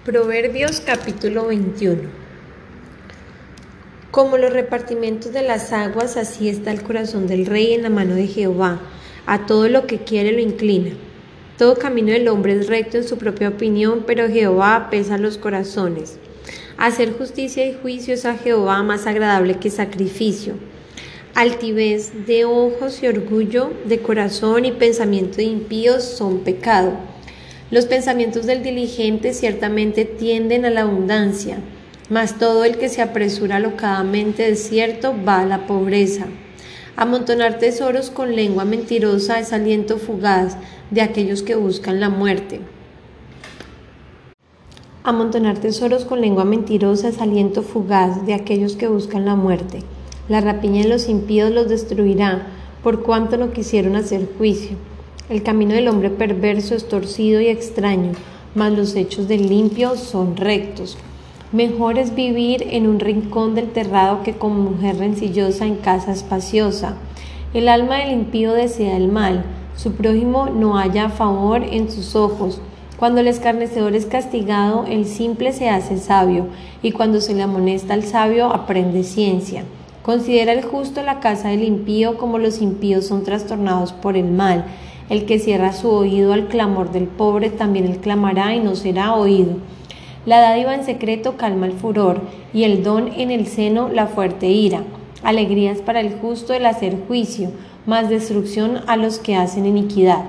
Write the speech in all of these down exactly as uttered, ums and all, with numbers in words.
Proverbios capítulo veintiuno. Como los repartimientos de las aguas, así está el corazón del rey en la mano de Jehová. A todo lo que quiere lo inclina. Todo camino del hombre es recto en su propia opinión, pero Jehová pesa los corazones. Hacer justicia y juicio es a Jehová más agradable que sacrificio. Altivez de ojos y orgullo de corazón y pensamiento de impíos son pecado. Los pensamientos del diligente ciertamente tienden a la abundancia, mas todo el que se apresura alocadamente de cierto va a la pobreza. Amontonar tesoros con lengua mentirosa es aliento fugaz de aquellos que buscan la muerte. Amontonar tesoros con lengua mentirosa es aliento fugaz de aquellos que buscan la muerte. La rapiña de los impíos los destruirá, por cuanto no quisieron hacer juicio. El camino del hombre perverso es torcido y extraño, mas los hechos del limpio son rectos. Mejor es vivir en un rincón del terrado que como mujer rencillosa en casa espaciosa. El alma del impío desea el mal, su prójimo no halla favor en sus ojos. Cuando el escarnecedor es castigado, el simple se hace sabio, y cuando se le amonesta al sabio, aprende ciencia. Considera el justo la casa del impío, como los impíos son trastornados por el mal. El que cierra su oído al clamor del pobre, también él clamará y no será oído. La dádiva en secreto calma el furor, y el don en el seno la fuerte ira. Alegrías para el justo el hacer juicio, mas destrucción a los que hacen iniquidad.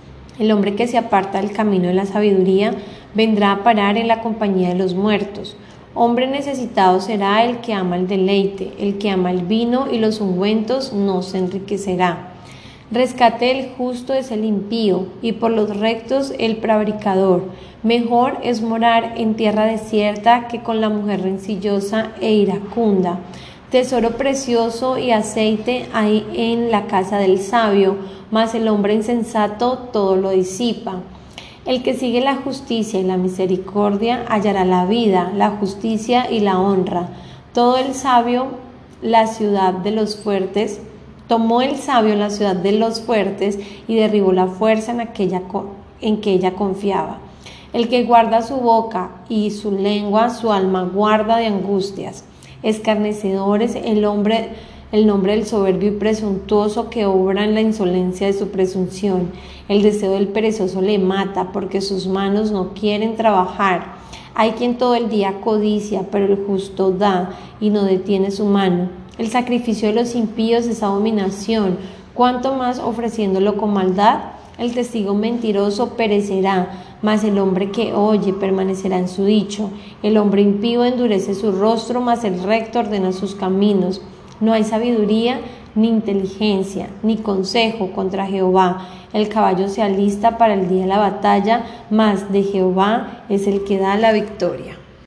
El hombre que se aparta del camino de la sabiduría vendrá a parar en la compañía de los muertos. Hombre necesitado será el que ama el deleite, el que ama el vino y los ungüentos no se enriquecerá. Rescate del justo es el impío, y por los rectos el prevaricador. Mejor es morar en tierra desierta que con la mujer rencillosa e iracunda. Tesoro precioso y aceite hay en la casa del sabio, mas el hombre insensato todo lo disipa. El que sigue la justicia y la misericordia hallará la vida, la justicia y la honra. Todo el sabio la ciudad de los fuertes, tomó el sabio la ciudad de los fuertes y derribó la fuerza en aquella en que ella confiaba. El que guarda su boca y su lengua, su alma guarda de angustias. Escarnecedores el hombre, el nombre del soberbio y presuntuoso que obra en la insolencia de su presunción. El deseo del perezoso le mata, porque sus manos no quieren trabajar. Hay quien todo el día codicia, pero el justo da y no detiene su mano. El sacrificio de los impíos es abominación, cuanto más ofreciéndolo con maldad. El testigo mentiroso perecerá, mas el hombre que oye permanecerá en su dicho. El hombre impío endurece su rostro, mas el recto ordena sus caminos. No hay sabiduría, ni inteligencia, ni consejo contra Jehová. El caballo se alista para el día de la batalla, mas de Jehová es el que da la victoria.